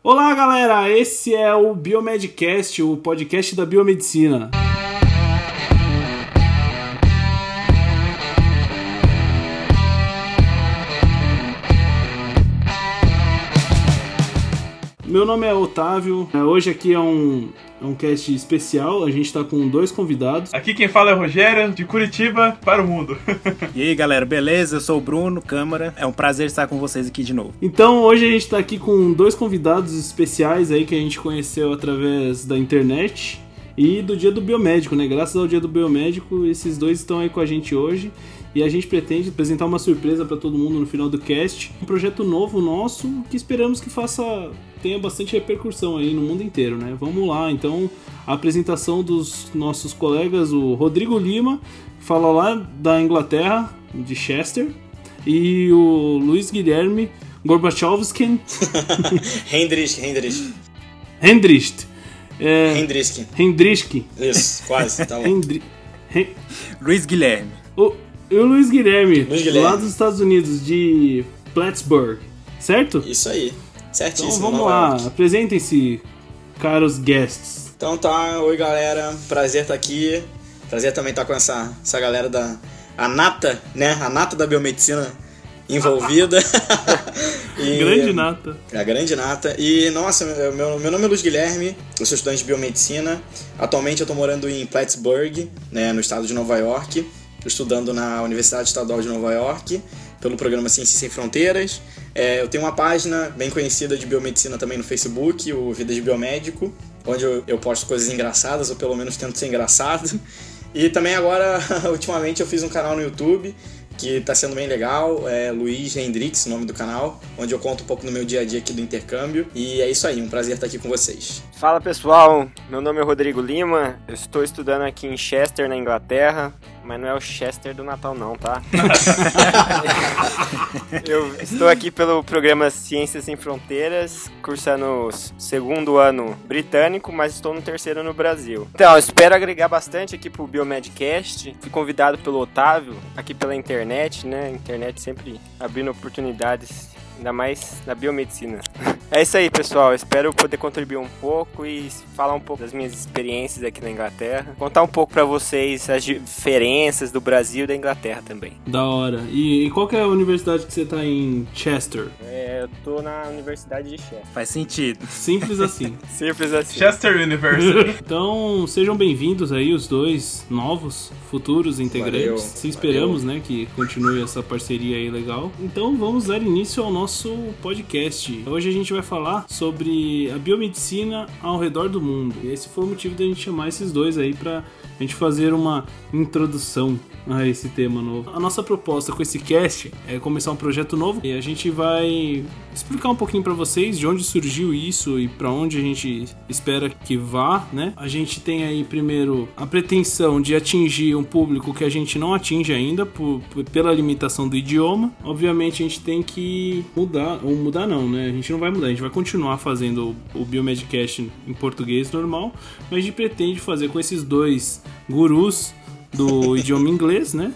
Olá, galera! Esse é o Biomedcast, o podcast da biomedicina. Meu nome é Otávio, hoje aqui é um cast especial, a gente tá com dois convidados. Aqui quem fala é o Rogério, de Curitiba para o mundo. E aí galera, beleza? Eu sou o Bruno Câmara, é um prazer estar com vocês aqui de novo. Então hoje a gente tá aqui com dois convidados especiais aí que a gente conheceu através da internet e do Dia do Biomédico, né? Graças ao Dia do Biomédico, esses dois estão aí com a gente hoje. E a gente pretende apresentar uma surpresa para todo mundo no final do cast. Um projeto novo nosso que esperamos que tenha bastante repercussão aí no mundo inteiro, né? Vamos lá, então, a apresentação dos nossos colegas, o Rodrigo Lima, que fala lá da Inglaterra, de Chester, e o Luiz Guilherme Gorbachowski. Hendrist. Hendrisk. Isso, quase, tá bom. Luiz Guilherme. E o Luiz Guilherme, lá dos Estados Unidos, de Plattsburgh, certo? Isso aí, certíssimo. Então vamos lá, apresentem-se, caros guests. Então tá, oi galera, prazer estar aqui. Prazer também estar com essa galera a nata, né? A nata da biomedicina envolvida. Grande nata. A grande nata. E, nossa, meu nome é Luiz Guilherme, eu sou estudante de biomedicina. Atualmente eu tô morando em Plattsburgh, né, no estado de Nova York. Estudando na Universidade Estadual de Nova York, pelo programa Ciências Sem Fronteiras. Eu tenho uma página bem conhecida de biomedicina também no Facebook, o Vida de Biomédico, onde eu posto coisas engraçadas, ou pelo menos tento ser engraçado. E também agora, ultimamente, eu fiz um canal no YouTube, que está sendo bem legal, é Luiz Hendrix, o nome do canal, onde eu conto um pouco do meu dia a dia aqui do intercâmbio. E é isso aí, um prazer estar aqui com vocês. Fala pessoal, meu nome é Rodrigo Lima, eu estou estudando aqui em Chester, na Inglaterra, mas não é o Chester do Natal não, tá? Eu estou aqui pelo programa Ciências Sem Fronteiras, cursando o segundo ano britânico, mas estou no terceiro no Brasil. Então, eu espero agregar bastante aqui pro Biomedcast. Fui convidado pelo Otávio, aqui pela internet, né? Internet sempre abrindo oportunidades, ainda mais na biomedicina. É isso aí, pessoal. Espero poder contribuir um pouco e falar um pouco das minhas experiências aqui na Inglaterra. Contar um pouco pra vocês as diferenças do Brasil e da Inglaterra também. Da hora. E qual que é a universidade que você tá em Chester? Eu tô na Universidade de Chester. Faz sentido. Simples assim. Simples assim. Chester University. Então, sejam bem-vindos aí os dois novos, futuros integrantes. Se esperamos, né, que continue essa parceria aí legal. Então, vamos dar início ao nosso podcast. Hoje a gente vai falar sobre a biomedicina ao redor do mundo. E esse foi o motivo da gente chamar esses dois aí pra gente fazer uma introdução a esse tema novo. A nossa proposta com esse cast é começar um projeto novo e a gente vai explicar um pouquinho pra vocês de onde surgiu isso e pra onde a gente espera que vá, né? A gente tem aí primeiro a pretensão de atingir um público que a gente não atinge ainda pela limitação do idioma. Obviamente a gente tem que mudar não, né? A gente não vai mudar, a gente vai continuar fazendo o Biomedcast em português normal, mas a gente pretende fazer com esses dois gurus do idioma inglês, né?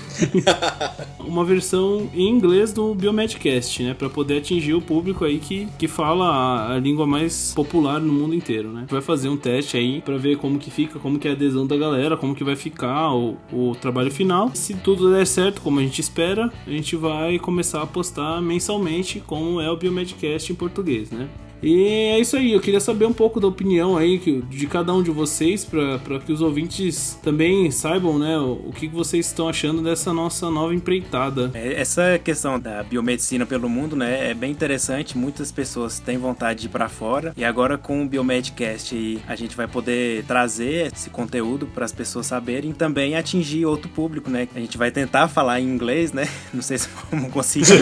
Uma versão em inglês do Biomedcast, né? Pra poder atingir o público aí que fala a língua mais popular no mundo inteiro, né? Vai fazer um teste aí pra ver como que fica, como que é a adesão da galera, como que vai ficar o trabalho final. Se tudo der certo, como a gente espera, a gente vai começar a postar mensalmente como é o Biomedcast em português, né? E é isso aí, eu queria saber um pouco da opinião aí de cada um de vocês para que os ouvintes também saibam, né, o que vocês estão achando dessa nossa nova empreitada. Essa questão da biomedicina pelo mundo, né, é bem interessante, muitas pessoas têm vontade de ir para fora e agora com o Biomedcast a gente vai poder trazer esse conteúdo para as pessoas saberem e também atingir outro público, né, a gente vai tentar falar em inglês, né, não sei se vamos conseguir.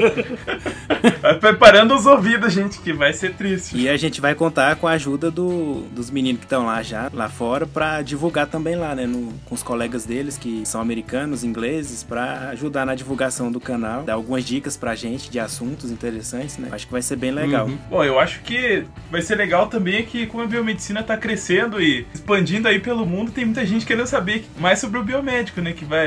Vai preparando os ouvidos, gente, que vai ser triste. E a gente vai contar com a ajuda dos meninos que estão lá fora, pra divulgar também lá, né, com os colegas deles que são americanos, ingleses, pra ajudar na divulgação do canal, dar algumas dicas pra gente de assuntos interessantes, né? Acho que vai ser bem legal. Bom, eu acho que vai ser legal também que como a biomedicina tá crescendo e expandindo aí pelo mundo, tem muita gente querendo saber mais sobre o biomédico, né, que vai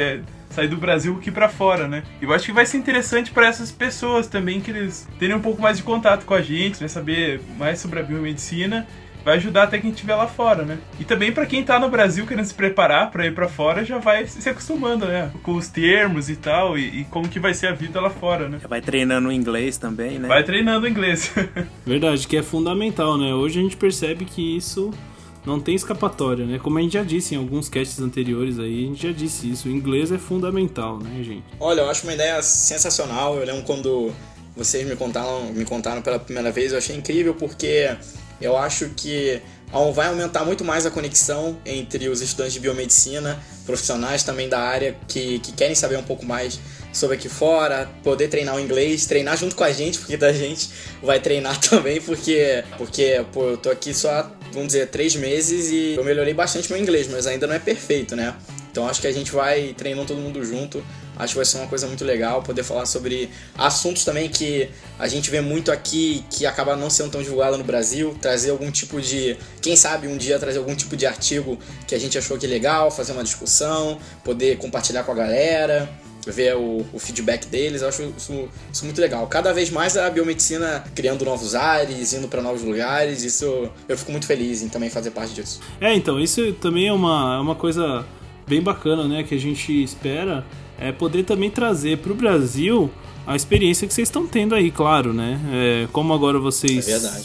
sair do Brasil que ir pra fora, né? E eu acho que vai ser interessante para essas pessoas também, que eles terem um pouco mais de contato com a gente, né? Saber mais sobre a biomedicina. Vai ajudar até quem estiver lá fora, né? E também pra quem tá no Brasil querendo se preparar pra ir pra fora, já vai se acostumando, né? Com os termos e tal, e como que vai ser a vida lá fora, né? Já vai treinando inglês também, né? Vai treinando inglês. Verdade, que é fundamental, né? Hoje a gente percebe que isso não tem escapatória, né? Como a gente já disse em alguns casts anteriores aí, a gente já disse isso. O inglês é fundamental, né, gente? Olha, eu acho uma ideia sensacional. Eu lembro quando vocês me contaram pela primeira vez, eu achei incrível porque eu acho que vai aumentar muito mais a conexão entre os estudantes de biomedicina, profissionais também da área que querem saber um pouco mais sobre aqui fora, poder treinar o inglês, treinar junto com a gente, porque da gente vai treinar também, porque pô, eu tô aqui só, vamos dizer, 3 meses e eu melhorei bastante meu inglês, mas ainda não é perfeito, né? Então acho que a gente vai treinando todo mundo junto. Acho que vai ser uma coisa muito legal poder falar sobre assuntos também que a gente vê muito aqui, que acaba não sendo tão divulgado no Brasil, trazer algum tipo de, quem sabe um dia trazer algum tipo de artigo que a gente achou que é legal, fazer uma discussão, poder compartilhar com a galera, ver o feedback deles. Eu acho isso muito legal. Cada vez mais a biomedicina criando novos ares, indo para novos lugares, isso eu fico muito feliz em também fazer parte disso. Então, isso também é uma coisa bem bacana, né, que a gente espera poder também trazer para o Brasil a experiência que vocês estão tendo aí, claro, né? Como agora vocês,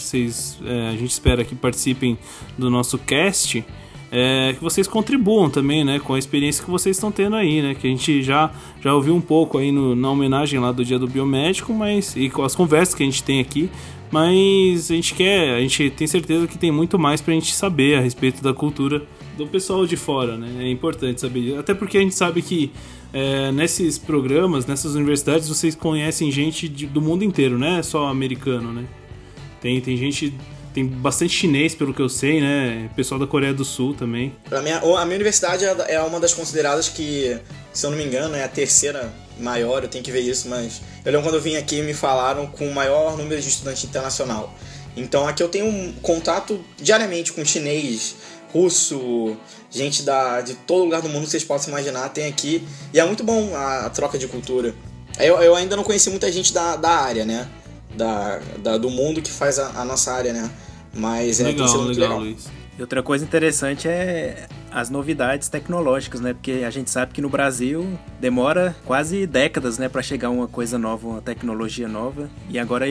a gente espera que participem do nosso cast, que vocês contribuam também, né, com a experiência que vocês estão tendo aí, né? Que a gente já ouviu um pouco aí na homenagem lá do Dia do Biomédico, e com as conversas que a gente tem aqui, mas a gente tem certeza que tem muito mais pra gente saber a respeito da cultura do pessoal de fora, né? É importante saber, até porque a gente sabe que nesses programas, nessas universidades, vocês conhecem gente do mundo inteiro, não é só americano, né? Tem gente, tem bastante chinês, pelo que eu sei, né? Pessoal da Coreia do Sul também. A minha universidade é uma das consideradas que, se eu não me engano, é a terceira maior, eu tenho que ver isso, mas eu lembro quando eu vim aqui me falaram com o maior número de estudante internacional. Então aqui eu tenho um contato diariamente com chinês, russo, gente de todo lugar do mundo que vocês possam imaginar tem aqui, e é muito bom a troca de cultura. Eu ainda não conheci muita gente da área, né, do mundo que faz a nossa área, né, mas tem sido muito legal. Luiz. E outra coisa interessante é as novidades tecnológicas, né, porque a gente sabe que no Brasil demora quase décadas, né, para chegar uma coisa nova, uma tecnologia nova, e agora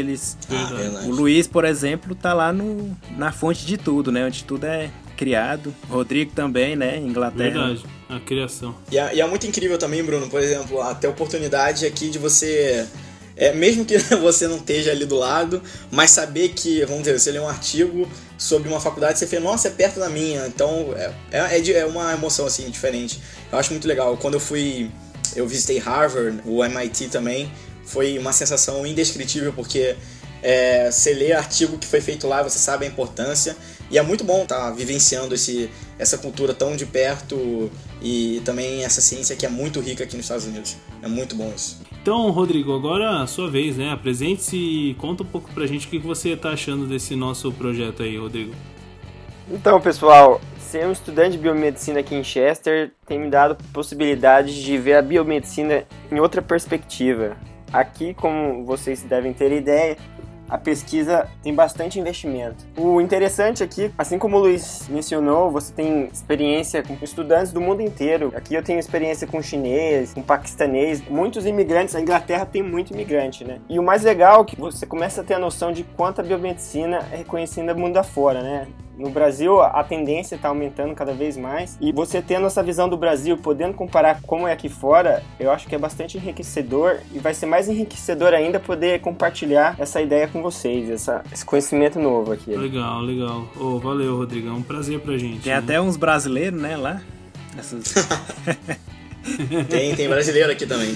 o Luiz, por exemplo, tá lá na fonte de tudo, né, onde tudo é criado. O Rodrigo também, né, Inglaterra. Verdade, a criação. E é muito incrível também, Bruno, por exemplo, ter a oportunidade aqui de você, mesmo que você não esteja ali do lado, mas saber que, vamos dizer, você lê um artigo sobre uma faculdade, você fala, nossa, é perto da minha, então é uma emoção assim diferente. Eu acho muito legal. Quando eu visitei Harvard, o MIT também, foi uma sensação indescritível, porque você lê artigo que foi feito lá, você sabe a importância, e é muito bom estar vivenciando essa cultura tão de perto, e também essa ciência que é muito rica aqui nos Estados Unidos. É muito bom isso. Então, Rodrigo, agora a sua vez, né? Apresente-se e conta um pouco pra gente o que você está achando desse nosso projeto aí, Rodrigo. Então, pessoal, ser um estudante de biomedicina aqui em Chester tem me dado possibilidade de ver a biomedicina em outra perspectiva. Aqui, como vocês devem ter ideia, a pesquisa tem bastante investimento. O interessante aqui, assim como o Luiz mencionou, você tem experiência com estudantes do mundo inteiro. Aqui eu tenho experiência com chinês, com paquistanês, muitos imigrantes. A Inglaterra tem muito imigrante, né? E o mais legal é que você começa a ter a noção de quanto a biomedicina é reconhecida mundo afora, né? No Brasil, a tendência está aumentando cada vez mais, e você tendo essa visão do Brasil, podendo comparar como é aqui fora, eu acho que é bastante enriquecedor, e vai ser mais enriquecedor ainda poder compartilhar essa ideia com vocês, esse conhecimento novo aqui. Legal. Valeu, Rodrigo, é um prazer pra gente. Tem até uns brasileiros, né, lá? Tem brasileiro aqui também,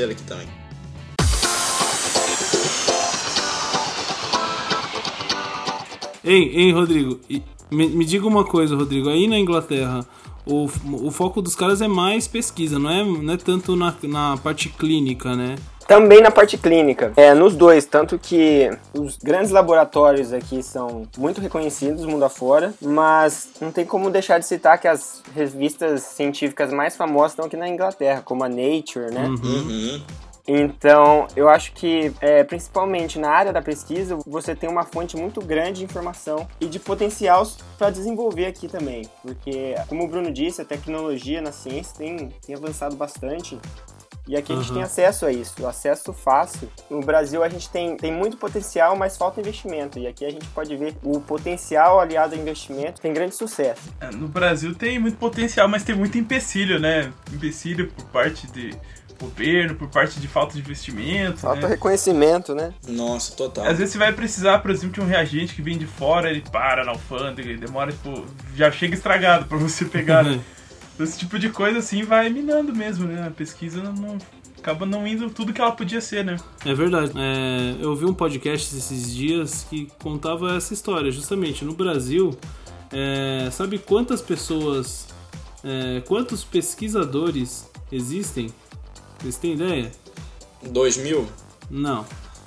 Ei, Rodrigo, me diga uma coisa, Rodrigo. Aí na Inglaterra, o foco dos caras é mais pesquisa, não é tanto na parte clínica, né? Também na parte clínica, nos dois, tanto que os grandes laboratórios aqui são muito reconhecidos mundo afora, mas não tem como deixar de citar que as revistas científicas mais famosas estão aqui na Inglaterra, como a Nature, né? Uhum. Então, eu acho que, principalmente na área da pesquisa, você tem uma fonte muito grande de informação e de potencial para desenvolver aqui também. Porque, como o Bruno disse, a tecnologia na ciência tem avançado bastante. E aqui a gente tem acesso a isso, acesso fácil. No Brasil a gente tem muito potencial, mas falta investimento. E aqui a gente pode ver o potencial aliado ao investimento tem grande sucesso. No Brasil tem muito potencial, mas tem muito empecilho, né? Empecilho por parte de governo, por parte de falta de investimento. Falta reconhecimento, né? Nossa, total. Às vezes você vai precisar, por exemplo, de um reagente que vem de fora, ele para na alfândega, ele demora, já chega estragado pra você pegar, né? Esse tipo de coisa, assim, vai minando mesmo, né? A pesquisa acaba não indo tudo que ela podia ser, né? É verdade. Eu vi um podcast esses dias que contava essa história, justamente. No Brasil, sabe quantas pessoas, quantos pesquisadores existem? Vocês têm ideia? 2.000? Não.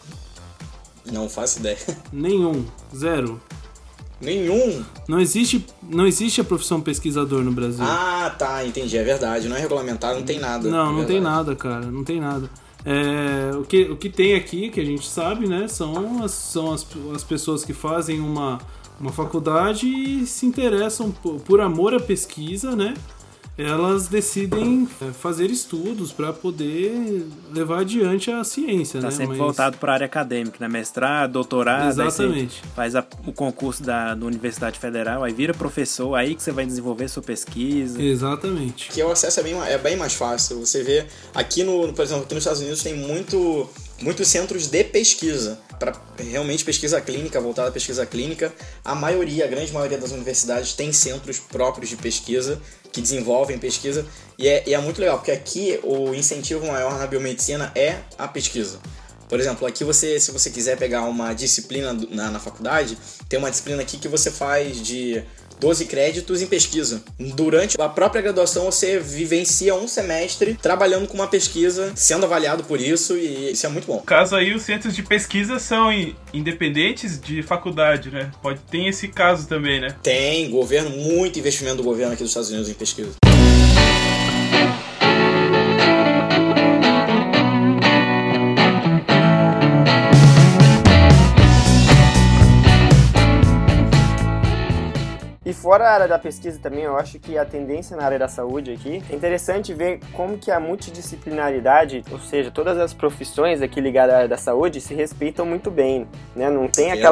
Não faço ideia. Nenhum. Zero. Nenhum? Não existe a profissão pesquisador no Brasil. Ah, tá, entendi, é verdade. Não é regulamentado, não tem nada. Não tem nada, cara, não tem nada. O que tem aqui, que a gente sabe, né, são as pessoas que fazem uma faculdade e se interessam por amor à pesquisa, né? Elas decidem fazer estudos para poder levar adiante a ciência, né? Sempre voltado para a área acadêmica, né? Mestrado, doutorado. Exatamente. Faz o concurso da Universidade Federal, aí vira professor, aí que você vai desenvolver sua pesquisa. Exatamente. Que o acesso é bem mais fácil. Você vê, aqui por exemplo, aqui nos Estados Unidos tem muitos centros de pesquisa, para realmente pesquisa clínica, voltada à pesquisa clínica. A grande maioria das universidades tem centros próprios de pesquisa, que desenvolvem pesquisa, e é muito legal, porque aqui o incentivo maior na biomedicina é a pesquisa. Por exemplo, aqui se você quiser pegar uma disciplina na faculdade, tem uma disciplina aqui que você faz de 12 créditos em pesquisa. Durante a própria graduação, você vivencia um semestre trabalhando com uma pesquisa, sendo avaliado por isso, e isso é muito bom. No caso aí, os centros de pesquisa são independentes de faculdade, né? Tem esse caso também, né? Tem, muito investimento do governo aqui dos Estados Unidos em pesquisa. E fora a área da pesquisa também, eu acho que a tendência na área da saúde aqui, é interessante ver como que a multidisciplinaridade, ou seja, todas as profissões aqui ligadas à área da saúde se respeitam muito bem, né? Não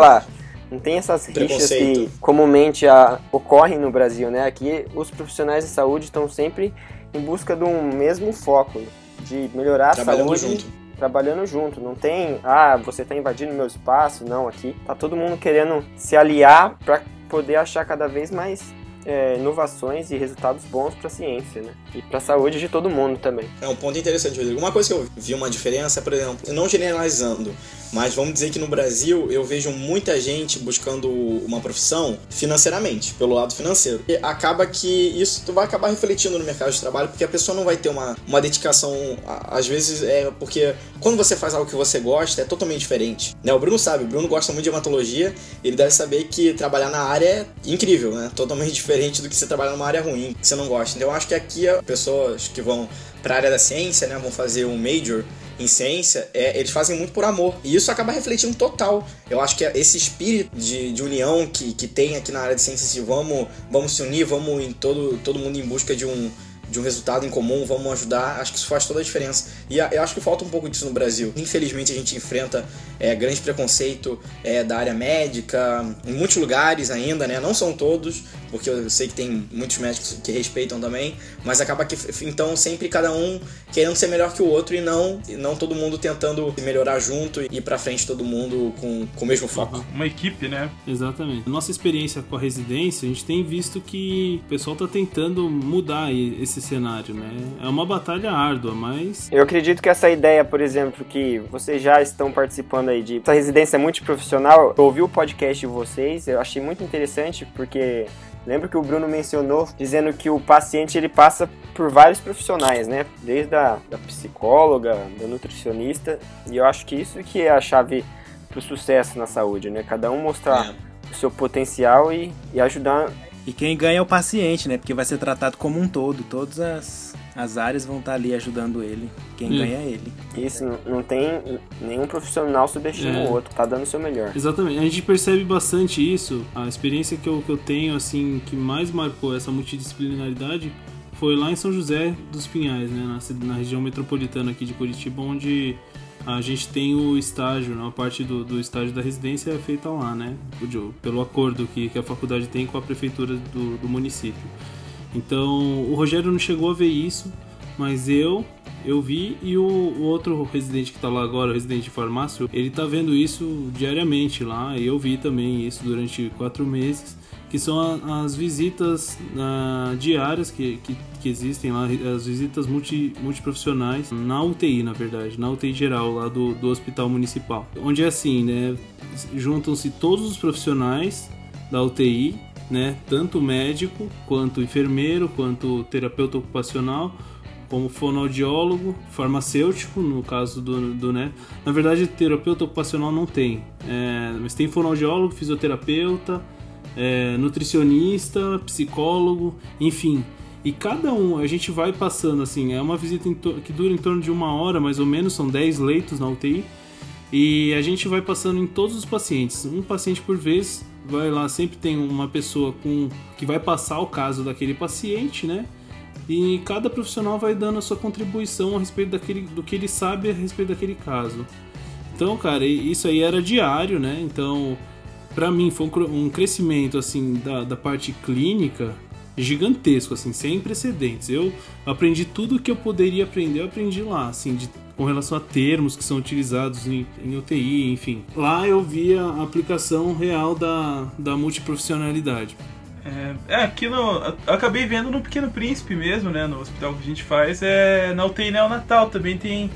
tem essas rixas que comumente ocorrem no Brasil, né? Aqui os profissionais de saúde estão sempre em busca de um mesmo foco, de melhorar a saúde. Trabalhando junto, não tem, você está invadindo meu espaço, não, aqui tá todo mundo querendo se aliar para poder achar cada vez mais inovações e resultados bons para a ciência, né? E para a saúde de todo mundo também. É um ponto interessante, Rodrigo. Uma coisa que eu vi uma diferença, por exemplo, não generalizando, mas vamos dizer que no Brasil eu vejo muita gente buscando uma profissão financeiramente, pelo lado financeiro. E acaba que isso vai acabar refletindo no mercado de trabalho, porque a pessoa não vai ter uma dedicação, às vezes porque quando você faz algo que você gosta é totalmente diferente, né? O Bruno sabe, o Bruno gosta muito de hematologia, ele deve saber que trabalhar na área é incrível, né? Totalmente diferente do que você trabalhar numa área ruim, que você não gosta. Então eu acho que aqui pessoas que vão para a área da ciência, né, vão fazer um major em ciência, eles fazem muito por amor. E isso acaba refletindo total. Eu acho que esse espírito de união que tem aqui na área de ciências, de vamos se unir, vamos todo mundo em busca de um resultado em comum, vamos ajudar, acho que isso faz toda a diferença. E eu acho que falta um pouco disso no Brasil. Infelizmente a gente enfrenta grande preconceito da área médica, em muitos lugares ainda, né? Não são todos, porque eu sei que tem muitos médicos que respeitam também, mas acaba que, então, sempre cada um querendo ser melhor que o outro e não todo mundo tentando melhorar junto e ir pra frente todo mundo com o mesmo foco. Uma equipe, né? Exatamente. Nossa experiência com a residência, a gente tem visto que o pessoal tá tentando mudar esse cenário, né? É uma batalha árdua, mas... Eu acredito que essa ideia, por exemplo, que vocês já estão participando aí de essa residência multiprofissional, eu ouvi o podcast de vocês, eu achei muito interessante, porque... Lembro que o Bruno mencionou, dizendo que o paciente ele passa por vários profissionais, né? Desde da psicóloga, da nutricionista, e eu acho que isso que é a chave pro sucesso na saúde, né? Cada um mostrar o seu potencial e ajudar. E quem ganha é o paciente, né? Porque vai ser tratado como um todo, todas as áreas vão estar ali ajudando ele. Quem ganha é ele. Isso, não tem nenhum profissional subestima o outro, tá dando o seu melhor. Exatamente, a gente percebe bastante isso. A experiência que eu tenho, assim, que mais marcou essa multidisciplinaridade foi lá em São José dos Pinhais, né, na região metropolitana aqui de Curitiba, onde a gente tem o estágio, a parte do estágio da residência é feita lá, né, pelo acordo que a faculdade tem com a prefeitura do município. Então, o Rogério não chegou a ver isso, mas eu vi, e o outro residente que tá lá agora, o residente de farmácia, ele tá vendo isso diariamente lá, e eu vi também isso durante 4 meses, que são as visitas diárias que existem lá, as visitas multiprofissionais na UTI, na verdade, na UTI geral lá do hospital municipal, onde é assim, né, juntam-se todos os profissionais da UTI, né, tanto médico, quanto enfermeiro, quanto terapeuta ocupacional, como fonoaudiólogo, farmacêutico, no caso do né, na verdade terapeuta ocupacional não tem, mas tem fonoaudiólogo, fisioterapeuta, nutricionista, psicólogo, enfim. E cada um, a gente vai passando assim, é uma visita que dura em torno de 1 hora, mais ou menos, são 10 leitos na UTI, e a gente vai passando em todos os pacientes, um paciente por vez, vai lá, sempre tem uma pessoa que vai passar o caso daquele paciente, né? E cada profissional vai dando a sua contribuição a respeito do que ele sabe a respeito daquele caso. Então, cara, isso aí era diário, né? Então, pra mim foi um crescimento assim da parte clínica gigantesco, assim, sem precedentes. Eu aprendi tudo que eu poderia aprender, eu aprendi lá, assim, com relação a termos que são utilizados em UTI, enfim. Lá eu vi a aplicação real da multiprofissionalidade. Aqui eu acabei vendo no Pequeno Príncipe mesmo, né, no hospital que a gente faz, na UTI neonatal também tem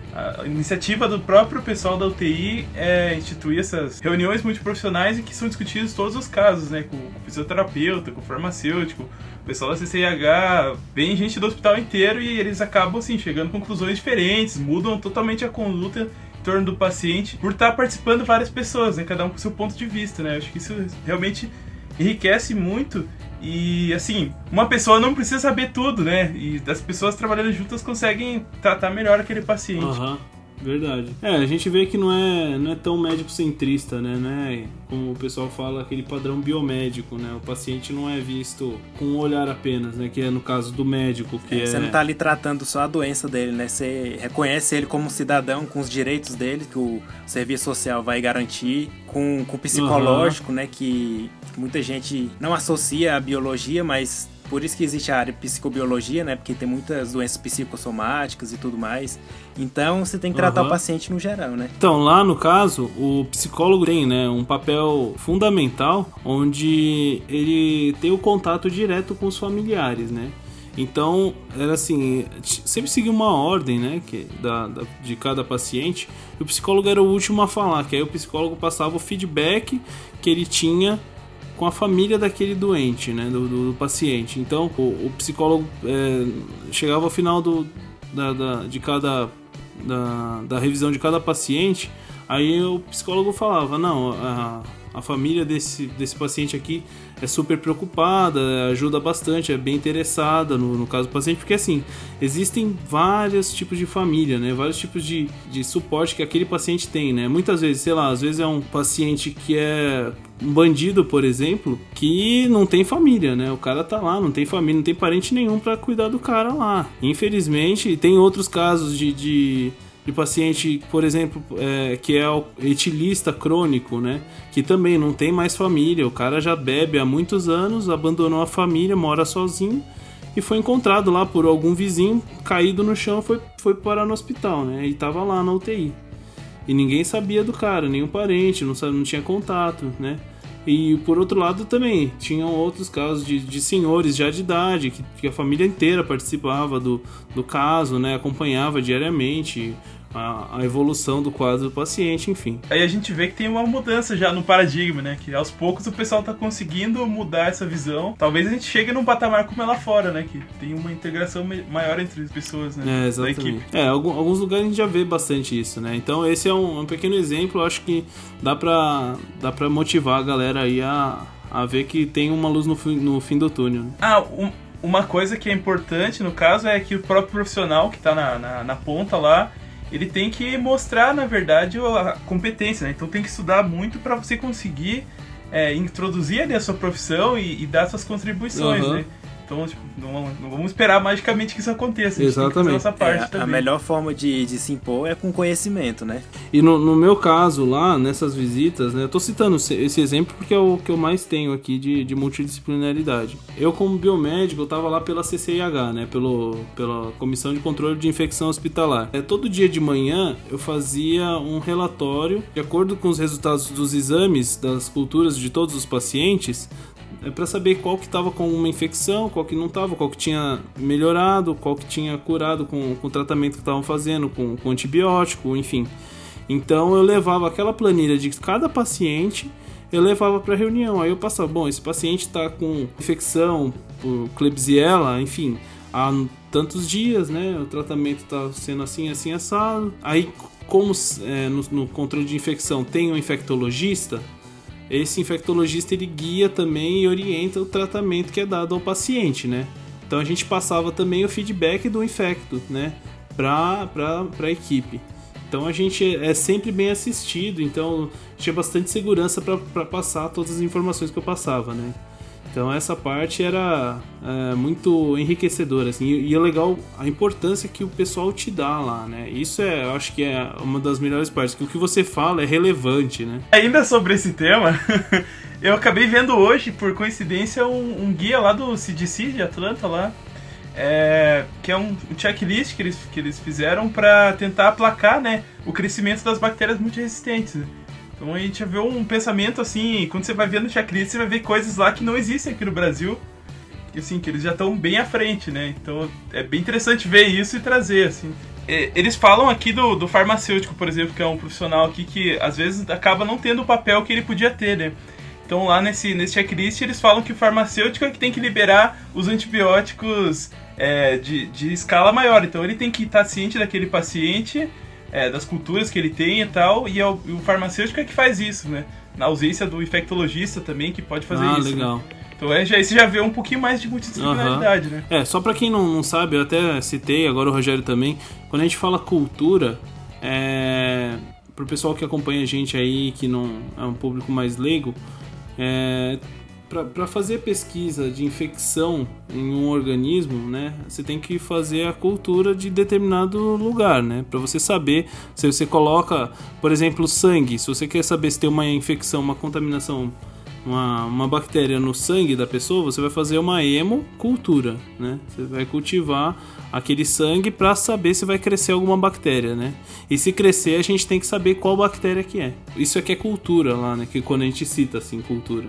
a iniciativa do próprio pessoal da UTI instituir essas reuniões multiprofissionais em que são discutidos todos os casos, né, com o fisioterapeuta, com o farmacêutico, o pessoal da CCIH, vem gente do hospital inteiro e eles acabam assim, chegando a conclusões diferentes, mudam totalmente a conduta em torno do paciente por estar participando várias pessoas, né, cada um com seu ponto de vista, né, acho que isso realmente enriquece muito. E assim, uma pessoa não precisa saber tudo, né? E as pessoas trabalhando juntas conseguem tratar melhor aquele paciente. Verdade. A gente vê que não é tão médico-centrista, né? Não é, como o pessoal fala, aquele padrão biomédico, né? O paciente não é visto com um olhar apenas, né? Que é no caso do médico, que Você não tá ali tratando só a doença dele, né? Você reconhece ele como cidadão, com os direitos dele, que o serviço social vai garantir, com o psicológico, né? Que muita gente não associa à biologia, mas por isso que existe a área de psicobiologia, né? Porque tem muitas doenças psicossomáticas e tudo mais. Então, você tem que tratar o paciente no geral, né? Então, lá no caso, o psicólogo tem, né, um papel fundamental, onde ele tem o contato direto com os familiares, né? Então, era assim, sempre seguia uma ordem, né, de cada paciente, e o psicólogo era o último a falar, que aí o psicólogo passava o feedback que ele tinha com a família daquele doente, né, do paciente. Então, o psicólogo chegava ao final da revisão de cada paciente, aí o psicólogo falava, não, a família desse paciente aqui é super preocupada, ajuda bastante, é bem interessada no caso do paciente, porque assim, existem vários tipos de família, né? Vários tipos de suporte que aquele paciente tem, né? Muitas vezes, sei lá, às vezes é um paciente que é um bandido, por exemplo, que não tem família, né? O cara tá lá, não tem família, não tem parente nenhum pra cuidar do cara lá. Infelizmente, tem outros casos de paciente, por exemplo, que é o etilista crônico, né? Que também não tem mais família, o cara já bebe há muitos anos, abandonou a família, mora sozinho e foi encontrado lá por algum vizinho, caído no chão, foi parar no hospital, né? E tava lá na UTI. E ninguém sabia do cara, nenhum parente, não tinha contato, né? E por outro lado também, tinham outros casos de senhores já de idade, que a família inteira participava do caso, né? Acompanhava diariamente a evolução do quadro do paciente, enfim. Aí a gente vê que tem uma mudança já no paradigma, né? Que aos poucos o pessoal tá conseguindo mudar essa visão. Talvez a gente chegue num patamar como é lá fora, né? Que tem uma integração maior entre as pessoas, né? Exatamente. Da equipe. Alguns lugares a gente já vê bastante isso, né? Então esse é um pequeno exemplo, eu acho que dá pra motivar a galera aí a ver que tem uma luz no fim do túnel. Né? Uma coisa que é importante no caso é que o próprio profissional que tá na ponta lá, ele tem que mostrar, na verdade, a competência, né? Então tem que estudar muito para você conseguir introduzir ali a sua profissão e dar suas contribuições, né? Então, tipo, não vamos esperar magicamente que isso aconteça. Exatamente. Essa parte também. A melhor forma de se impor é com conhecimento, né? E no meu caso lá, nessas visitas, né, eu tô citando esse exemplo porque é o que eu mais tenho aqui de multidisciplinaridade. Eu, como biomédico, eu tava lá pela CCIH, né, pela Comissão de Controle de Infecção Hospitalar. Todo dia de manhã eu fazia um relatório de acordo com os resultados dos exames das culturas de todos os pacientes, para saber qual que estava com uma infecção, qual que não estava, qual que tinha melhorado, qual que tinha curado com o tratamento que estavam fazendo, com antibiótico, enfim. Então eu levava aquela planilha de cada paciente, eu levava para a reunião. Aí eu passava, bom, esse paciente está com infecção por Klebsiella, enfim, há tantos dias, né? O tratamento está sendo assim, assim, assado. Aí, como no controle de infecção tem um infectologista, esse infectologista ele guia também e orienta o tratamento que é dado ao paciente, né? Então a gente passava também o feedback do infecto, né? Para a equipe. Então a gente é sempre bem assistido, então tinha bastante segurança para passar todas as informações que eu passava, né? Então essa parte era muito enriquecedora, assim, e é legal a importância que o pessoal te dá lá, né? Isso eu acho que é uma das melhores partes, que o que você fala é relevante, né? Ainda sobre esse tema, eu acabei vendo hoje, por coincidência, um guia lá do CDC de Atlanta lá, que é um checklist que eles fizeram para tentar aplacar, né, o crescimento das bactérias multiresistentes, né? Então a gente já vê um pensamento assim, quando você vai ver no checklist, você vai ver coisas lá que não existem aqui no Brasil, que, assim, que eles já estão bem à frente, né? Então é bem interessante ver isso e trazer, assim. Eles falam aqui do farmacêutico, por exemplo, que é um profissional aqui que às vezes acaba não tendo o papel que ele podia ter, né? Então lá nesse checklist eles falam que o farmacêutico é que tem que liberar os antibióticos de escala maior. Então ele tem que estar ciente daquele paciente, das culturas que ele tem e tal, e o farmacêutico é que faz isso, né? Na ausência do infectologista também, que pode fazer isso. Legal. Né? Então você já vê um pouquinho mais de multidisciplinaridade, né? Só pra quem não sabe, eu até citei, agora o Rogério também, quando a gente fala cultura, pro pessoal que acompanha a gente aí, que não é um público mais leigo, para fazer pesquisa de infecção em um organismo, né, você tem que fazer a cultura de determinado lugar, né, para você saber se você coloca, por exemplo, sangue. Se você quer saber se tem uma infecção, uma contaminação, uma bactéria no sangue da pessoa, você vai fazer uma hemocultura, né? Você vai cultivar aquele sangue para saber se vai crescer alguma bactéria, né? E se crescer, a gente tem que saber qual bactéria que é. Isso aqui é cultura lá, né? Que quando a gente cita assim, cultura.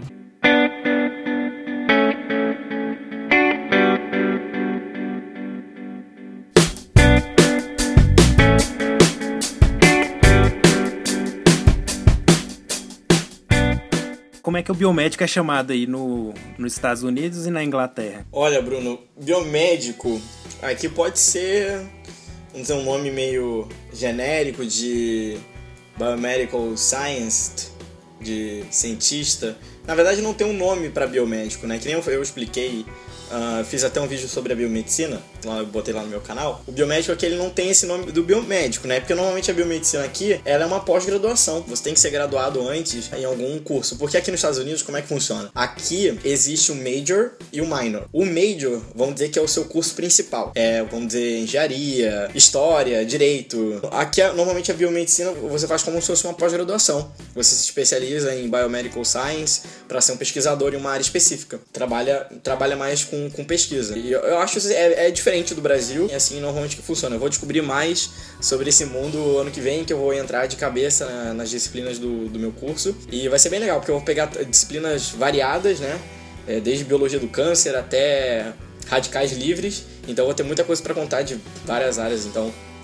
Como é que o biomédico é chamado aí nos Estados Unidos e na Inglaterra? Olha, Bruno, biomédico aqui pode ser, vamos dizer, um nome meio genérico de biomedical science, de cientista. Na verdade não tem um nome para biomédico, né? Que nem eu expliquei, fiz até um vídeo sobre a biomedicina, eu botei lá no meu canal. O biomédico aqui ele não tem esse nome do biomédico, né? Porque normalmente a biomedicina aqui, ela é uma pós-graduação. Você tem que ser graduado antes em algum curso. Porque aqui nos Estados Unidos, como é que funciona? Aqui existe o major e o minor. O major, vamos dizer que é o seu curso principal. Vamos dizer, engenharia, história, direito. Aqui, normalmente a biomedicina, você faz como se fosse uma pós-graduação. Você se especializa em biomedical science para ser um pesquisador em uma área específica. Trabalha mais com pesquisa. E eu acho que é diferente do Brasil, e assim normalmente que funciona. Eu vou descobrir mais sobre esse mundo ano que vem, que eu vou entrar de cabeça nas disciplinas do meu curso, e vai ser bem legal, porque eu vou pegar disciplinas variadas, né? Desde biologia do câncer até radicais livres, então eu vou ter muita coisa para contar de várias áreas, então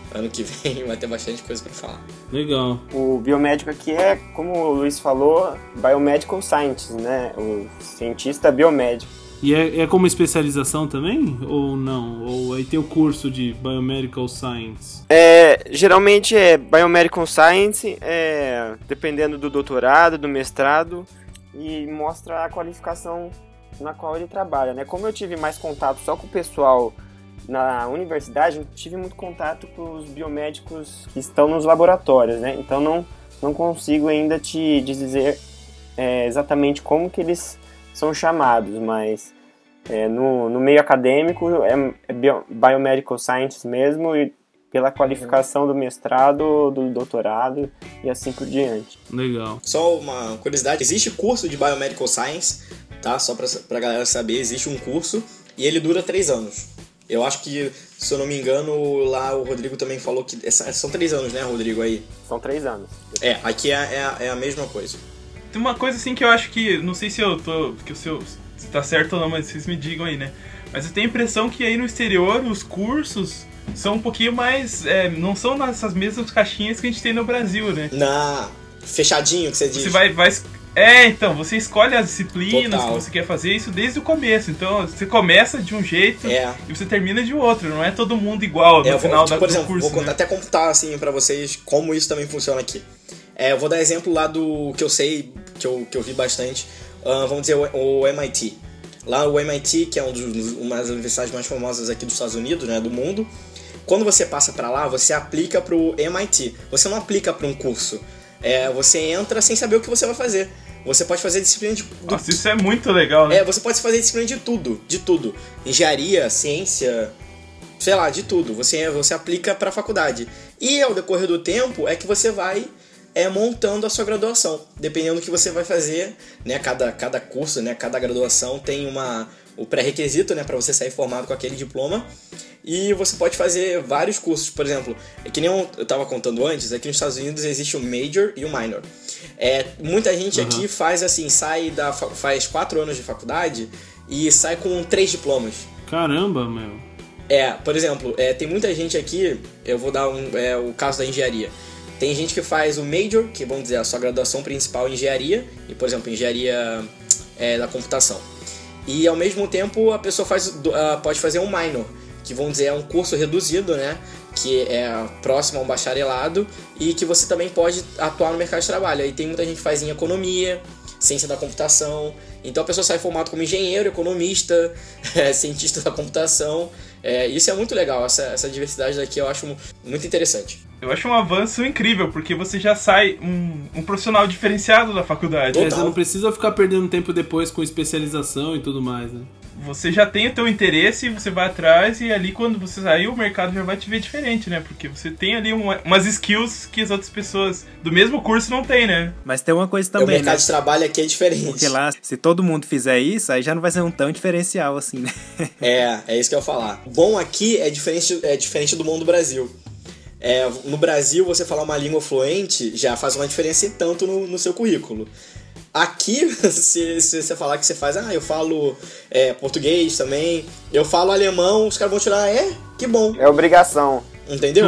ano que vem vai ter bastante coisa pra falar. Legal. O biomédico aqui é, como o Luiz falou, Biomedical Scientist, né? O cientista biomédico. E é como especialização também? Ou não? Ou aí tem o curso de Biomedical Science? Geralmente é Biomedical Science, dependendo do doutorado, do mestrado, e mostra a qualificação na qual ele trabalha, né? Como eu tive mais contato só com o pessoal na universidade, eu tive muito contato com os biomédicos que estão nos laboratórios, né? Então não consigo ainda te dizer exatamente como que eles são chamados, mas no meio acadêmico é Biomedical Science mesmo, e pela qualificação do mestrado, do doutorado e assim por diante. Legal. Só uma curiosidade, existe curso de Biomedical Science, tá? Só pra galera saber, existe um curso e ele dura 3 anos. Eu acho que, se eu não me engano, lá o Rodrigo também falou que são 3 anos, né, Rodrigo, aí? São 3 anos. Aqui é a mesma coisa. Tem uma coisa assim que eu acho que, não sei se se tá certo ou não, mas vocês me digam aí, né? Mas eu tenho a impressão que aí no exterior os cursos são um pouquinho mais, não são nessas mesmas caixinhas que a gente tem no Brasil, né? Fechadinho que você diz. Você vai então, você escolhe as disciplinas que você quer fazer, isso desde o começo. Então, você começa de um jeito e você termina de outro. Não é todo mundo igual no final do curso. Por exemplo, vou até contar assim pra vocês como isso também funciona aqui. Eu vou dar exemplo lá do que eu sei, que eu vi bastante. Vamos dizer, o MIT. Lá o MIT, que é uma das universidades mais famosas aqui dos Estados Unidos, né, do mundo. Quando você passa pra lá, você aplica pro MIT. Você não aplica pra um curso. Você entra sem saber o que você vai fazer. Você pode fazer disciplina de... Nossa, isso é muito legal, né? Você pode fazer disciplina de tudo. Engenharia, ciência, sei lá, de tudo. Você aplica pra faculdade. E ao decorrer do tempo é que você vai montando a sua graduação. Dependendo do que você vai fazer, né? Cada curso, né? Cada graduação tem o pré-requisito, né? Pra você sair formado com aquele diploma. E você pode fazer vários cursos. Por exemplo, que nem eu estava contando antes, aqui nos Estados Unidos existe o Major e o Minor. Muita gente aqui faz assim, faz 4 anos de faculdade e sai com 3 diplomas. Caramba, meu. Por exemplo, tem muita gente aqui, eu vou dar o caso da engenharia. Tem gente que faz o Major, que vamos dizer, a sua graduação principal em engenharia, e por exemplo, engenharia da computação. E ao mesmo tempo a pessoa pode fazer um Minor, que vamos dizer é um curso reduzido, né? Que é próximo a um bacharelado e que você também pode atuar no mercado de trabalho. Aí tem muita gente que faz em economia, ciência da computação. Então a pessoa sai formada como engenheiro, economista, cientista da computação. Isso é muito legal, essa diversidade daqui eu acho muito interessante. Eu acho um avanço incrível, porque você já sai um profissional diferenciado da faculdade. Você não precisa ficar perdendo tempo depois com especialização e tudo mais, né? Você já tem o teu interesse, você vai atrás e ali quando você sair o mercado já vai te ver diferente, né? Porque você tem ali umas skills que as outras pessoas do mesmo curso não tem, né? Mas tem uma coisa também, o mercado de trabalho aqui é diferente. Porque lá, se todo mundo fizer isso, aí já não vai ser um tão diferencial assim, né? É isso que eu ia falar. Bom aqui é diferente do mundo do Brasil. No Brasil, você falar uma língua fluente já faz uma diferença e tanto no seu currículo. Aqui, se você falar que você faz, eu falo português também, eu falo alemão, os caras vão tirar, que bom. É obrigação. Entendeu?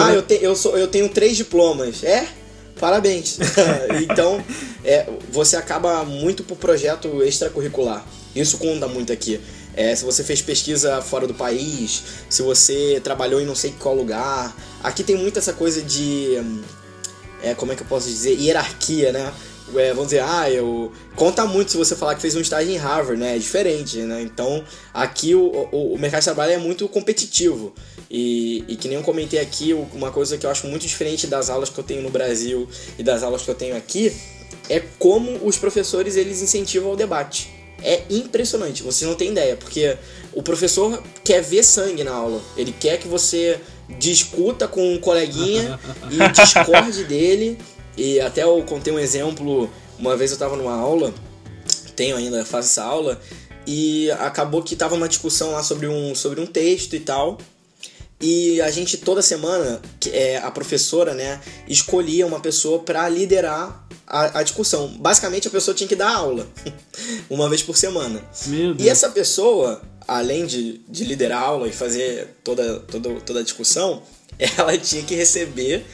Eu tenho 3 diplomas. Parabéns. Então, você acaba muito por projeto extracurricular. Isso conta muito aqui. Se você fez pesquisa fora do país, se você trabalhou em não sei qual lugar. Aqui tem muito essa coisa de... como é que eu posso dizer? Hierarquia, né? Vamos dizer, conta muito se você falar que fez um estágio em Harvard, né? É diferente, né? Então, aqui o mercado de trabalho é muito competitivo. E que nem eu comentei aqui, uma coisa que eu acho muito diferente das aulas que eu tenho no Brasil e das aulas que eu tenho aqui é como os professores, eles incentivam o debate. É impressionante, vocês não têm ideia, porque o professor quer ver sangue na aula. Ele quer que você discuta com um coleguinha e discorde dele. E até eu contei um exemplo, uma vez eu estava numa aula, faço essa aula, e acabou que tava uma discussão lá sobre um texto e tal, e a gente toda semana, a professora, né, escolhia uma pessoa para liderar a discussão. Basicamente a pessoa tinha que dar aula, uma vez por semana. Meu Deus. E essa pessoa, além de liderar a aula e fazer toda a discussão, ela tinha que receber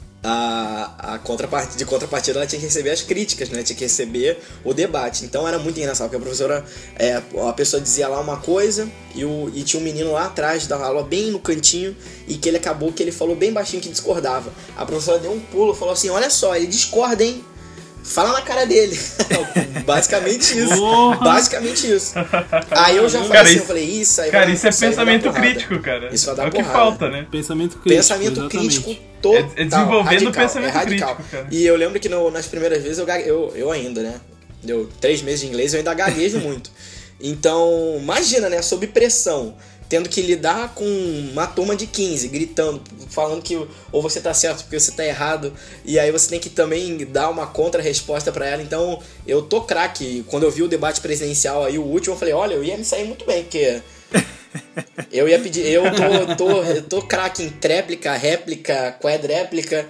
de contrapartida, ela tinha que receber as críticas, né? Tinha que receber o debate. Então era muito engraçado, porque a professora, a pessoa dizia lá uma coisa e tinha um menino lá atrás da aula, bem no cantinho, e que ele falou bem baixinho que discordava. A professora deu um pulo, falou assim: olha só, ele discorda, hein? Fala na cara dele. Basicamente isso. Basicamente isso. Aí eu já falei eu falei, isso aí. Cara, isso é pensamento crítico, cara. Isso vai dar porrada. É o que falta, né? Pensamento crítico. Pensamento crítico total. É desenvolvendo o pensamento radical. Crítico, cara. E eu lembro que nas primeiras vezes eu ainda, né? Deu 3 meses de inglês, eu ainda gaguejo muito. Então, imagina, né? Sob pressão, tendo que lidar com uma turma de 15, gritando, falando que ou você tá certo porque você tá errado, e aí você tem que também dar uma contra-resposta pra ela. Então, eu tô craque. Quando eu vi o debate presidencial aí, o último, eu falei, olha, eu ia me sair muito bem, porque eu ia pedir, eu tô craque em tréplica, réplica, quadréplica.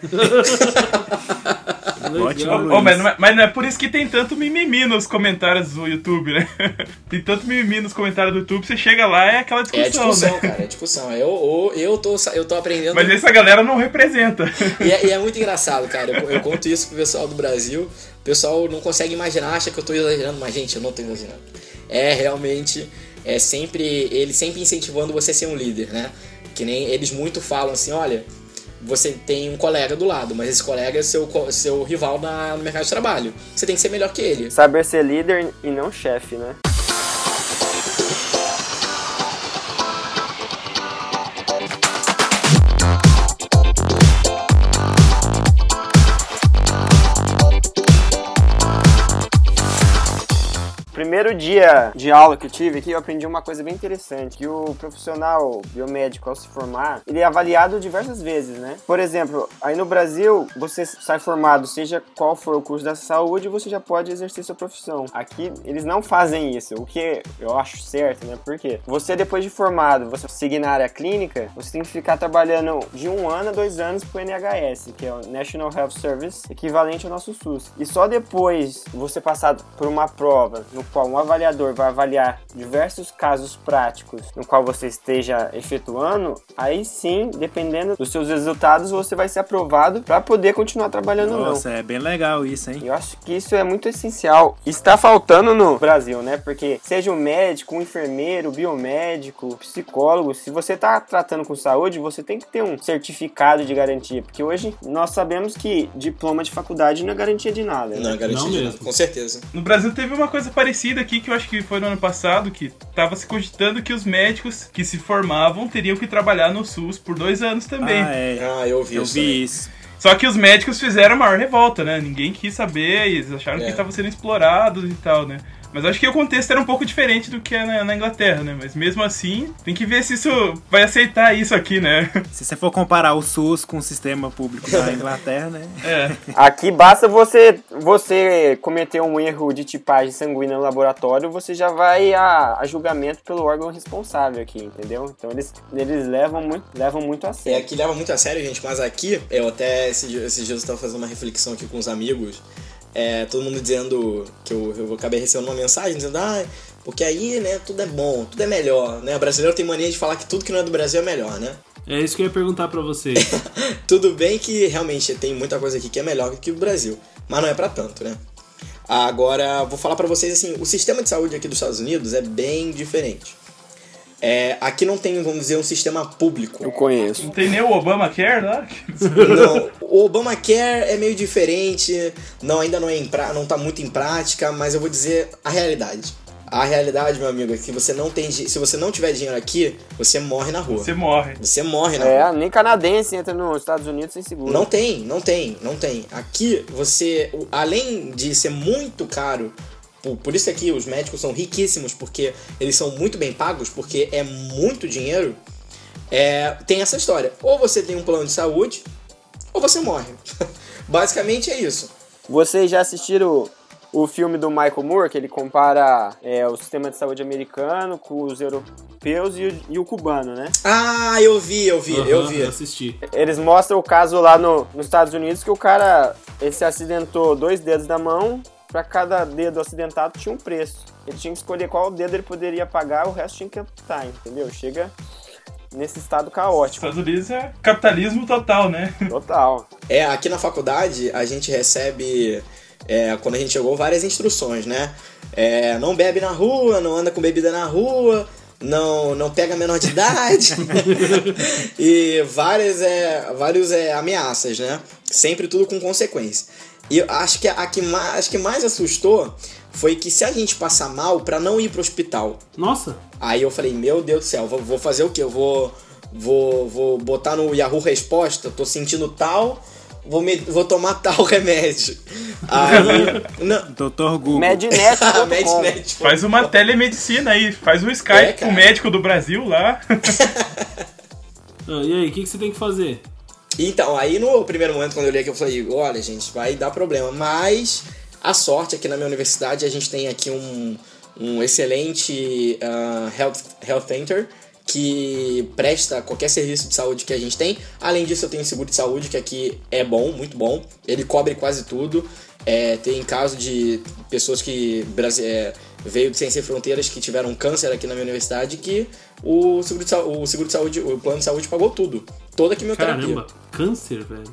Mas não é por isso que tem tanto mimimi nos comentários do YouTube, né? Tem tanto mimimi nos comentários do YouTube, você chega lá é aquela discussão. É discussão, né? cara, é discussão. Eu tô aprendendo. Mas essa galera não representa. E é muito engraçado, cara. Eu conto isso pro pessoal do Brasil. O pessoal não consegue imaginar, acha que eu tô exagerando, mas, gente, eu não tô exagerando. É realmente. Ele sempre incentivando você a ser um líder, né? Que nem eles muito falam assim, olha, você tem um colega do lado, mas esse colega é seu rival no mercado de trabalho. Você tem que ser melhor que ele. Saber ser líder e não chefe, né? Primeiro dia de aula que eu tive aqui, eu aprendi uma coisa bem interessante, que o profissional biomédico, ao se formar, ele é avaliado diversas vezes, né? Por exemplo, aí no Brasil, você sai formado, seja qual for o curso da saúde, você já pode exercer sua profissão. Aqui, eles não fazem isso, o que eu acho certo, né? Porque você, depois de formado, você seguir na área clínica, você tem que ficar trabalhando de 1 ano a 2 anos pro NHS, que é o National Health Service, equivalente ao nosso SUS. E só depois você passar por uma prova, no qual um avaliador vai avaliar diversos casos práticos no qual você esteja efetuando, aí sim, dependendo dos seus resultados, você vai ser aprovado para poder continuar trabalhando ou não. Nossa, é bem legal isso, hein? Eu acho que isso é muito essencial. Está faltando no Brasil, né? Porque seja um médico, um enfermeiro, biomédico, psicólogo, se você está tratando com saúde, você tem que ter um certificado de garantia, porque hoje nós sabemos que diploma de faculdade não é garantia de nada. Né? Não é garantia de nada, com certeza. No Brasil teve uma coisa parecida aqui, que eu acho que foi no ano passado, que tava se cogitando que os médicos que se formavam teriam que trabalhar no SUS por 2 anos também. Eu vi isso. Só que os médicos fizeram a maior revolta, né? Ninguém quis saber, eles acharam que estavam sendo explorados e tal, né? Mas acho que o contexto era um pouco diferente do que é na Inglaterra, né? Mas mesmo assim, tem que ver se isso vai aceitar isso aqui, né? Se você for comparar o SUS com o sistema público da Inglaterra, né? Aqui basta você cometer um erro de tipagem sanguínea no laboratório, você já vai a julgamento pelo órgão responsável aqui, entendeu? Então eles levam muito a sério. Aqui leva muito a sério, gente, mas aqui, eu até esses dias eu estava fazendo uma reflexão aqui com os amigos, todo mundo dizendo que eu acabei recebendo uma mensagem dizendo, porque aí, né, tudo é bom, tudo é melhor, né? O brasileiro tem mania de falar que tudo que não é do Brasil é melhor, né? É isso que eu ia perguntar pra vocês. Tudo bem que realmente tem muita coisa aqui que é melhor que o Brasil, mas não é pra tanto, né? Agora, vou falar pra vocês assim, o sistema de saúde aqui dos Estados Unidos é bem diferente. Aqui não tem, vamos dizer, um sistema público. Eu conheço. Não tem nem o Obamacare lá? Não, o Obamacare é meio diferente, ainda não tá muito em prática, mas eu vou dizer a realidade. A realidade, meu amigo, é que se você não tiver dinheiro aqui, você morre na rua. Você morre na rua. Nem canadense entra nos Estados Unidos sem seguro. Não tem. Aqui, além de ser muito caro, por isso aqui os médicos são riquíssimos, porque eles são muito bem pagos, porque é muito dinheiro, tem essa história. Ou você tem um plano de saúde, ou você morre. Basicamente é isso. Vocês já assistiram o filme do Michael Moore, que ele compara o sistema de saúde americano com os europeus e o cubano, né? Eu vi. Eu assisti. Eles mostram o caso lá nos Estados Unidos, que o cara se acidentou 2 dedos da mão. Pra cada dedo acidentado tinha um preço. Ele tinha que escolher qual dedo ele poderia pagar, o resto tinha que amputar, entendeu? nesse estado caótico. Estados Unidos é capitalismo total, né? Total. Aqui na faculdade a gente recebe, quando a gente chegou, várias instruções, né? Não bebe na rua, não anda com bebida na rua, não pega menor de idade e várias ameaças, né? Sempre tudo com consequência. E eu acho que a que mais assustou foi que se a gente passar mal, pra não ir pro hospital. Nossa! Aí eu falei, meu Deus do céu, vou fazer o quê? Eu vou botar no Yahoo Resposta, tô sentindo tal, vou tomar tal remédio. Aí... Dr. Google. Mednet. Faz uma telemedicina aí, faz um Skype com o médico do Brasil lá. E aí, o que você tem que fazer? Então, aí no primeiro momento, quando eu li aqui, eu falei, olha, gente, vai dar problema. Mas a sorte aqui na minha universidade, a gente tem aqui um excelente health center que presta qualquer serviço de saúde que a gente tem. Além disso, eu tenho seguro de saúde, que aqui é bom, muito bom. Ele cobre quase tudo. Tem caso de pessoas que veio de Sem Fronteiras que tiveram câncer aqui na minha universidade, que o seguro de saúde, o plano de saúde pagou tudo. Toda a quimioterapia. Caramba, câncer, velho?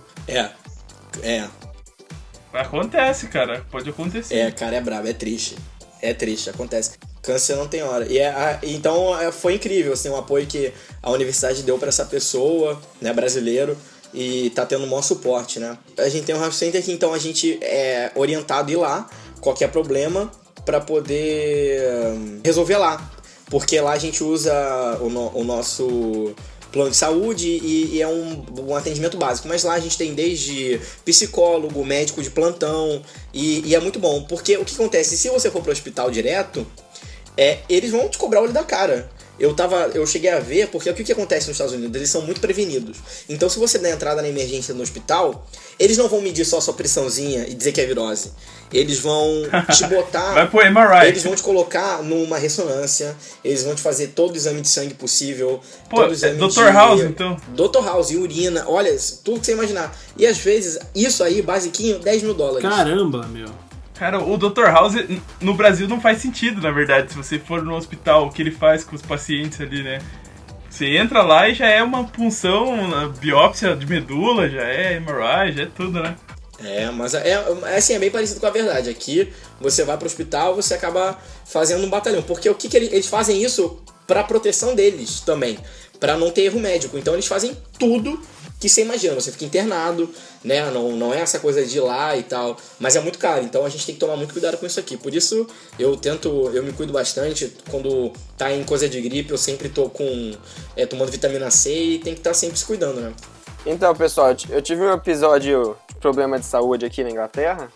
Acontece, cara. Pode acontecer. Cara, é brabo, é triste. É triste, acontece. Câncer não tem hora. Então foi incrível, assim, o apoio que a universidade deu pra essa pessoa, né, brasileiro, e tá tendo um maior suporte, né? A gente tem um health center que, então, a gente é orientado a ir lá, qualquer problema, pra poder resolver lá. Porque lá a gente usa o nosso plano de saúde e é um atendimento básico. Mas lá a gente tem desde psicólogo, médico de plantão e é muito bom. Porque o que acontece? Se você for pro hospital direto, eles vão te cobrar o olho da cara. Eu cheguei a ver, porque o que acontece nos Estados Unidos? Eles são muito prevenidos. Então, se você der entrada na emergência no hospital, eles não vão medir só a sua pressãozinha e dizer que é virose. Eles vão te botar... Vai pro MRI. Eles vão te colocar numa ressonância, eles vão te fazer todo o exame de sangue possível. Pô, Dr. House, então. Dr. House, urina, olha, tudo que você imaginar. E às vezes, isso aí, basiquinho, $10 mil. Caramba, meu. Cara, o Dr. House no Brasil não faz sentido, na verdade, se você for no hospital, o que ele faz com os pacientes ali, né? Você entra lá e já é uma punção, uma biópsia de medula, já é MRI, já é tudo, né? Mas assim, é bem parecido com a verdade. Aqui, você vai pro hospital, você acaba fazendo um batalhão. Porque o que eles fazem isso pra proteção deles também, pra não ter erro médico. Então eles fazem tudo que você imagina, você fica internado, né? Não é essa coisa de ir lá e tal, mas é muito caro, então a gente tem que tomar muito cuidado com isso aqui. Por isso eu me cuido bastante. Quando tá em coisa de gripe, eu sempre tô tomando vitamina C e tem que estar sempre se cuidando, né? Então, pessoal, eu tive um episódio de problema de saúde aqui na Inglaterra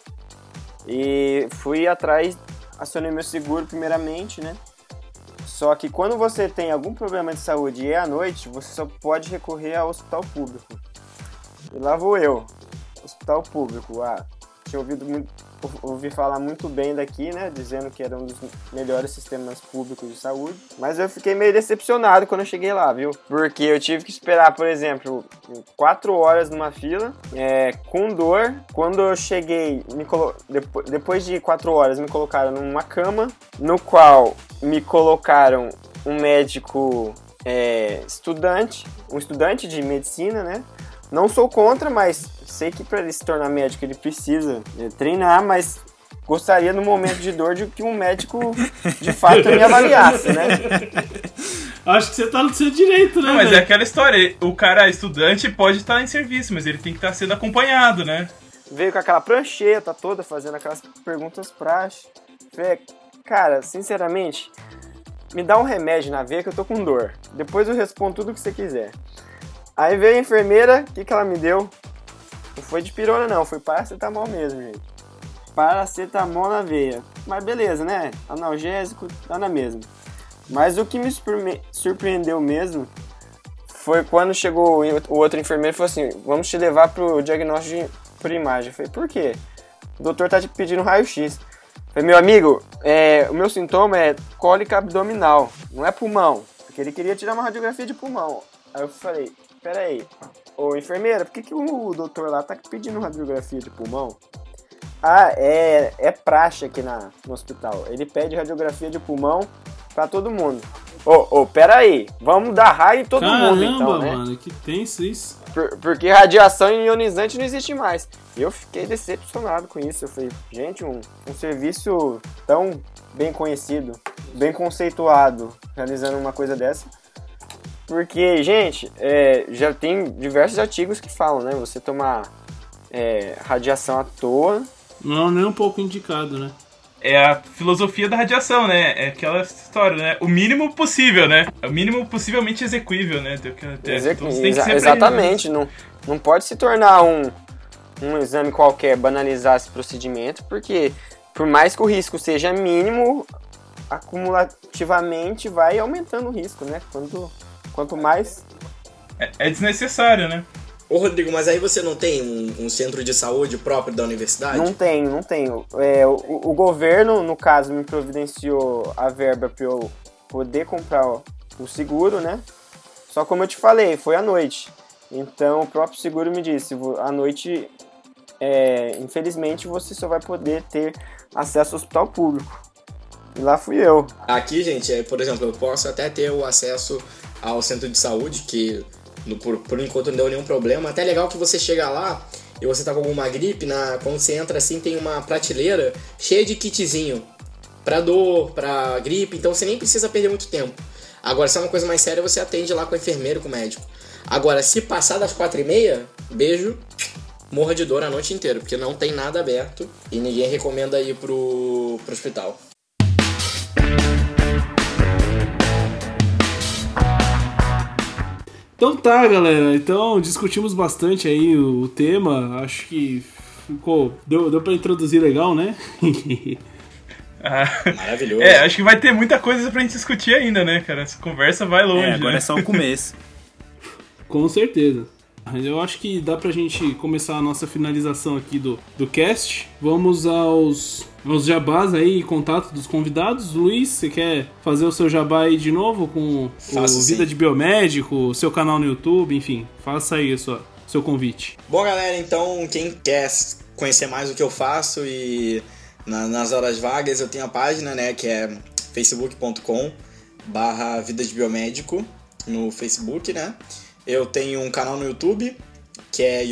e fui atrás, acionei meu seguro primeiramente, né? Só que quando você tem algum problema de saúde e é à noite, você só pode recorrer ao hospital público. E lá vou eu, hospital público. Tinha ouvi falar muito bem daqui, né? Dizendo que era um dos melhores sistemas públicos de saúde. Mas eu fiquei meio decepcionado quando eu cheguei lá, viu? Porque eu tive que esperar, por exemplo, 4 horas numa fila, com dor. Quando eu cheguei, depois de 4 horas, me colocaram numa cama, no qual me colocaram um médico um estudante de medicina, né? Não sou contra, mas sei que para ele se tornar médico ele precisa treinar, mas gostaria no momento de dor de que um médico de fato me avaliasse, né? Acho que você tá no seu direito, né? Não, mas é aquela história, o cara estudante pode estar em serviço, mas ele tem que estar sendo acompanhado, né? Veio com aquela prancheta toda, fazendo aquelas perguntas praxe. Cara, sinceramente, me dá um remédio na veia que eu tô com dor. Depois eu respondo tudo o que você quiser. Aí veio a enfermeira, o que ela me deu? Não foi de pirona não, foi paracetamol mesmo, gente. Paracetamol na veia. Mas beleza, né? Analgésico, tá na mesma. Mas o que me surpreendeu mesmo foi quando chegou o outro enfermeiro e falou assim: vamos te levar pro diagnóstico por imagem. Eu falei, por quê? O doutor tá te pedindo raio-x. Eu falei, meu amigo, o meu sintoma é cólica abdominal, não é pulmão. Porque ele queria tirar uma radiografia de pulmão. Aí eu falei, peraí, ô enfermeira, por que o doutor lá tá pedindo radiografia de pulmão? É praxe aqui no hospital. Ele pede radiografia de pulmão pra todo mundo. Pera aí. Vamos dar raio em todo mundo, então, né? Caramba, mano, que tenso isso. Porque radiação ionizante não existe mais. Eu fiquei decepcionado com isso. Eu falei, gente, um serviço tão bem conhecido, bem conceituado, realizando uma coisa dessa. Porque, gente, já tem diversos artigos que falam, né? Você tomar radiação à toa... Não, nem um pouco indicado, né? É a filosofia da radiação, né? É aquela história, né? O mínimo possível, né? O mínimo possivelmente execuível, né? Exatamente. Não pode se tornar um exame qualquer, banalizar esse procedimento, porque por mais que o risco seja mínimo, acumulativamente vai aumentando o risco, né? Quanto mais... É desnecessário, né? Ô Rodrigo, mas aí você não tem um centro de saúde próprio da universidade? Não tenho. O governo, no caso, me providenciou a verba para eu poder comprar o seguro, né? Só como eu te falei, foi à noite. Então o próprio seguro me disse, à noite, infelizmente, você só vai poder ter acesso ao hospital público. E lá fui eu. Aqui, gente, por exemplo, eu posso até ter o acesso ao centro de saúde, que... Por enquanto não deu nenhum problema. Até legal que você chega lá e você tá com alguma gripe, quando você entra assim tem uma prateleira cheia de kitzinho pra dor, pra gripe, então você nem precisa perder muito tempo. Agora, se é uma coisa mais séria, você atende lá com o enfermeiro, com o médico. Agora, se passar das 4h30, beijo, morra de dor a noite inteira, porque não tem nada aberto e ninguém recomenda ir pro hospital. Então tá, galera. Então discutimos bastante aí o tema. Acho que deu pra introduzir legal, né? Maravilhoso. Acho que vai ter muita coisa pra gente discutir ainda, né, cara? Essa conversa vai longe. Agora né? é só o começo. Com certeza. Eu acho que dá pra gente começar a nossa finalização aqui do cast. Vamos aos jabás aí, contato dos convidados. Luiz, você quer fazer o seu jabá aí de novo com o Vida de Biomédico, o seu canal no YouTube, enfim, faça aí seu convite. Bom, galera, então quem quer conhecer mais o que eu faço e nas horas vagas eu tenho a página, né, que é facebook.com/Vida de Biomédico no Facebook, né? Eu tenho um canal no YouTube, que é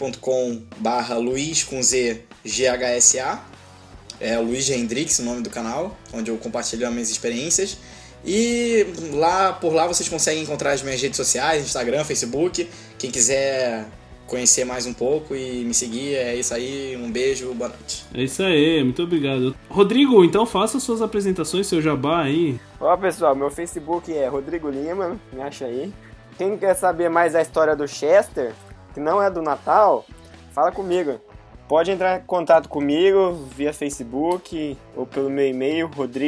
youtube.com/LuizGHSA. É o Luiz Hendrix, o nome do canal, onde eu compartilho as minhas experiências. E por lá vocês conseguem encontrar as minhas redes sociais, Instagram, Facebook. Quem quiser conhecer mais um pouco e me seguir, é isso aí. Um beijo, boa noite. É isso aí, muito obrigado. Rodrigo, então faça suas apresentações, seu jabá aí. Ó, pessoal, meu Facebook é Rodrigo Lima, me acha aí. Quem quer saber mais da história do Chester, que não é do Natal, fala comigo. Pode entrar em contato comigo via Facebook ou pelo meu e-mail,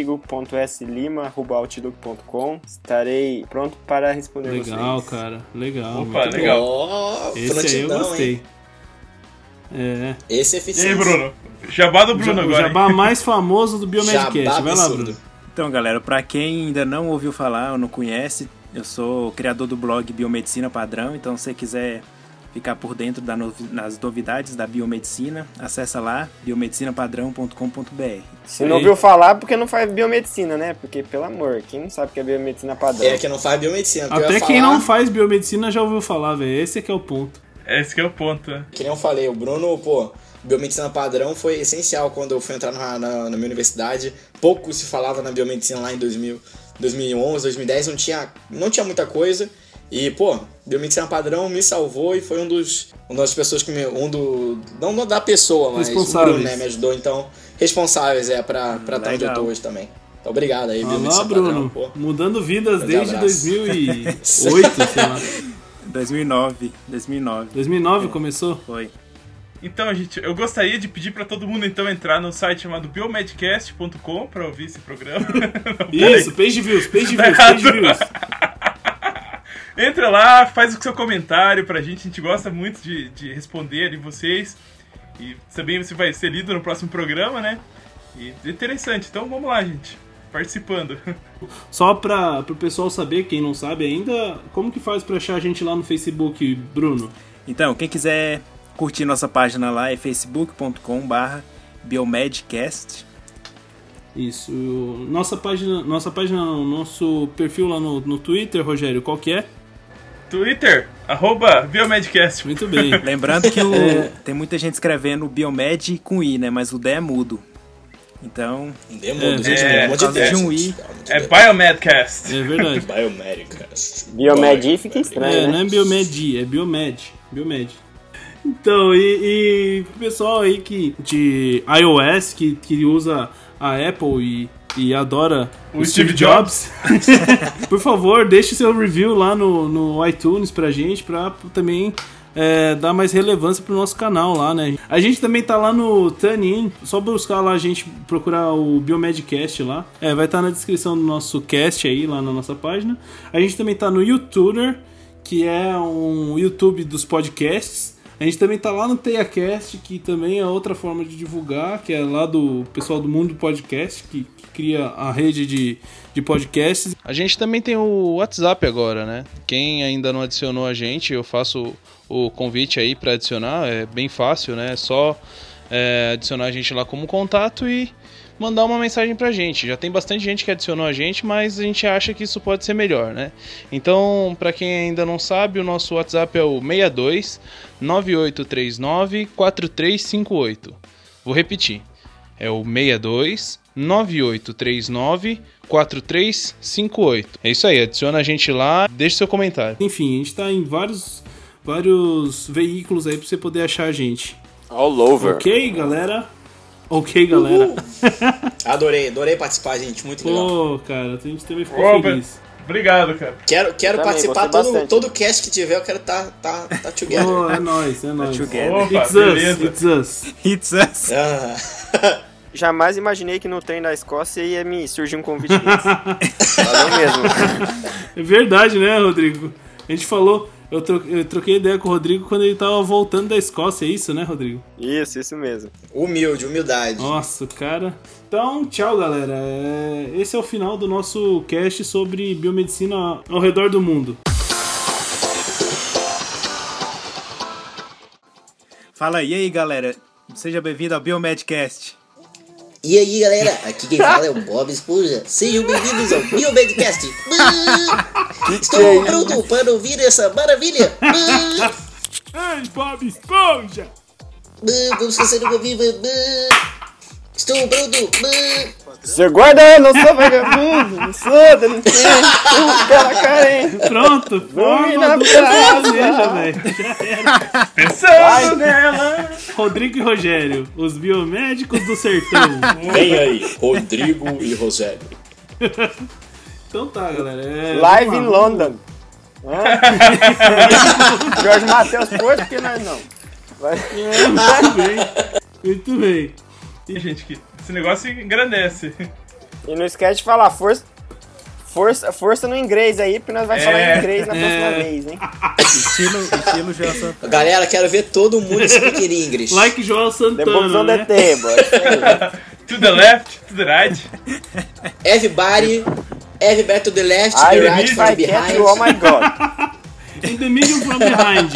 rodrigo.slima@outlook.com. Estarei pronto para responder vocês. Legal, cara. Legal. Opa, legal. Esse aí eu gostei. Esse é eficiente. E aí, Bruno? Jabá do Bruno agora. O jabá mais famoso do Biomedcast. Vai lá, Bruno. Então, galera, para quem ainda não ouviu falar ou não conhece, eu sou criador do blog Biomedicina Padrão, então se você quiser ficar por dentro das novidades da biomedicina, acessa lá, biomedicinapadrão.com.br. Se não ouviu falar, porque não faz biomedicina, né? Porque, pelo amor, quem não sabe que é biomedicina padrão? Que não faz biomedicina. Até quem não faz biomedicina já ouviu falar, velho. Esse é que é o ponto. Esse que é o ponto, né? Que nem eu falei, o Bruno, biomedicina padrão foi essencial quando eu fui entrar na minha universidade. Pouco se falava na biomedicina lá em 2011, 2010, não tinha muita coisa. E, biomedicina padrão me salvou e foi uma das pessoas que não da pessoa, mas o Bruno, né, me ajudou. Então, responsáveis pra estar onde eu tô hoje também. Então, obrigado aí, biomedicina Bruno, padrão. Mudando vidas desde abraço. 2008, sei lá. 2009. 2009 começou? Foi. Então, gente, eu gostaria de pedir pra todo mundo, então, entrar no site chamado biomedcast.com pra ouvir esse programa. Isso, page views. Entra lá, faz o seu comentário pra gente gosta muito de responder de vocês. E também você vai ser lido no próximo programa, né? E é interessante, então vamos lá, gente. Participando. Só pro pessoal saber, quem não sabe ainda, como que faz pra achar a gente lá no Facebook, Bruno? Então, quem quiser curtir nossa página lá é facebook.com/biomedcast. Isso. Nosso perfil lá no Twitter, Rogério, qual que é? Twitter, @Biomedcast. Muito bem. Lembrando que tem muita gente escrevendo Biomed com I, né? Mas o D é mudo. Então... D é mudo, gente. Pelo amor de Deus. De um I. É Biomedcast. É verdade. Biomedcast. Biomed fica estranho, né? Não é Biomed, é Biomed. Então, e o pessoal aí de iOS que usa a Apple e adora o Steve Jobs. Por favor, deixe seu review lá no iTunes pra gente, pra também dar mais relevância pro nosso canal lá, né? A gente também tá lá no TuneIn, só buscar lá, a gente procurar o Biomedcast lá. Vai estar na descrição do nosso cast aí, lá na nossa página. A gente também tá no YouTuner, que é um YouTube dos podcasts. A gente também tá lá no TeiaCast, que também é outra forma de divulgar, que é lá do pessoal do Mundo Podcast, que cria a rede de podcasts. A gente também tem o WhatsApp agora, né? Quem ainda não adicionou a gente, eu faço o convite aí para adicionar, é bem fácil, né? É só adicionar a gente lá como contato e mandar uma mensagem pra gente. Já tem bastante gente que adicionou a gente, mas a gente acha que isso pode ser melhor, né? Então, pra quem ainda não sabe, o nosso WhatsApp é o 62 9839 4358. Vou repetir. É o 62 9839 4358. É isso aí, adiciona a gente lá, deixa seu comentário. Enfim, a gente tá em vários veículos aí pra você poder achar a gente. All over. Ok, galera? Ok, galera. Adorei participar, gente. Muito legal. Pô, cara, a gente também ficou feliz. Obrigado, cara. Quero participar todo cast que tiver, eu quero tá together. Oh, é nóis. Opa, It's us. Jamais imaginei que no trem da Escócia ia me surgir um convite desse. Valeu mesmo. É verdade, né, Rodrigo? A gente falou... Eu troquei ideia com o Rodrigo quando ele tava voltando da Escócia, é isso, né, Rodrigo? Isso mesmo. Humildade. Nossa, cara. Então, tchau, galera. Esse é o final do nosso cast sobre biomedicina ao redor do mundo. Fala aí, galera. Seja bem-vindo ao Biomedcast. E aí, galera, aqui quem fala é o Bob Esponja. Sejam bem-vindos ao Biomedcast. Estou pronto para ouvir essa maravilha. Ai, Bob Esponja. Vamos fazer uma viva. Estou pronto. Seu guarda, não sou vagabundo, não sou delinquente, um cara carente. Pronto, forma do Brasil, velho. Pensando nela. Rodrigo e Rogério, os biomédicos do sertão. Vem aí, Rodrigo e Rogério. Então tá, galera. Live in London. Jorge Matheus foi, porque nós não. Vai. Muito bem. E, gente, que esse negócio engrandece. E não esquece de falar força no inglês aí, porque nós vamos falar em inglês na próxima vez, hein? Estilo João Santana. Galera, quero ver todo mundo speaking English. Like João Santana, The books on the table. To the left, to the right. Everybody to the left, I the right from behind. Oh my god. In the middle from behind.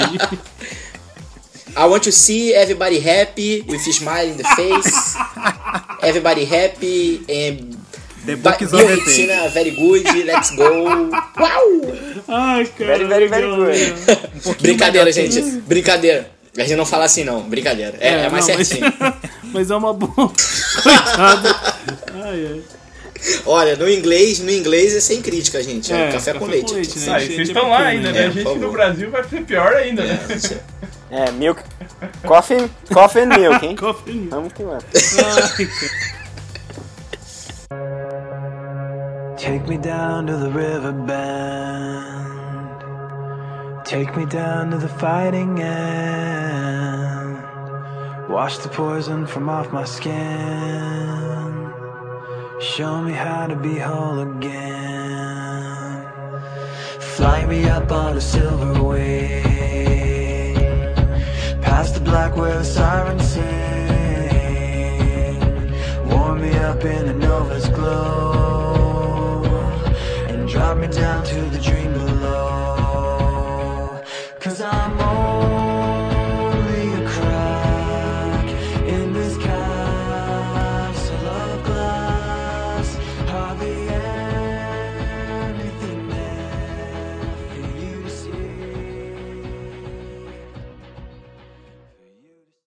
I want to see everybody happy with a smile in the face. Everybody happy and the book is on the table. Very good, let's go. Uau! Ai, cara. Very good. Brincadeira, gente. Brincadeira. A gente não fala assim, não. Brincadeira. É mais certinho. Mas é uma boa. Coitado. Ai. Olha, no inglês é sem crítica, gente. É café com leite. Né? Vocês estão lá ainda, né? A gente no Brasil vai ser pior ainda, né? Milk. Coffee and milk, hein? Coffee and milk. Vamos que vamos. Take me down to the riverbend. Take me down to the fighting end. Wash the poison from off my skin. Show me how to be whole again. Fly me up on a silver wing. Past the black where the sirens sing. Warm me up in a nova's glow. And drop me down to the dream below. 'Cause I'm old.